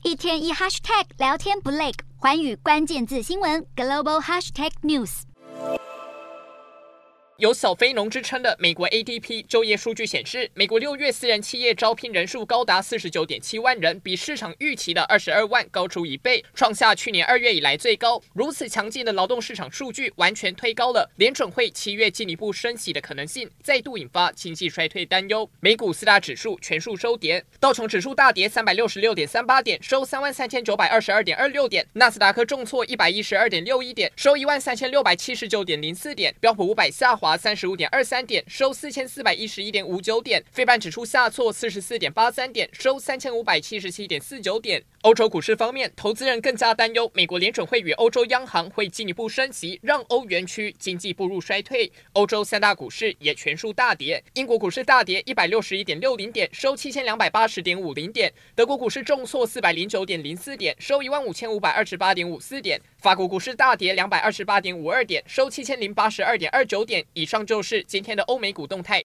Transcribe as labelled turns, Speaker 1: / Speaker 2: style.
Speaker 1: 一天一 hashtag 聊天不累，寰宇关键字新闻 global hashtag news。
Speaker 2: 有小非农之称的美国 ADP 就业数据显示，美国6月私人企业招聘人数高达49.7万人，比市场预期的22万高出1倍，创下去年2月以来最高。如此强劲的劳动市场数据，完全推高了联准会7月进一步升息的可能性，再度引发经济衰退担忧。美股4大指数全数收跌，道琼指数大跌366.38点，收33922.26点；纳斯达克重挫112.61点，收13679.04点；标普500下滑35.23点，收4411.59点；费半指数下挫44.83点，收3577.49点。欧洲股市方面，投资人更加担忧美国联准会与欧洲央行会进一步升息，让欧元区经济步入衰退。欧洲3大股市也全数大跌，英国股市大跌161.60点，收7280.50点；德国股市重挫409.04点，收15528.54点；法国股市大跌228.52点，收7082.29点。以上就是今天的欧美股动态。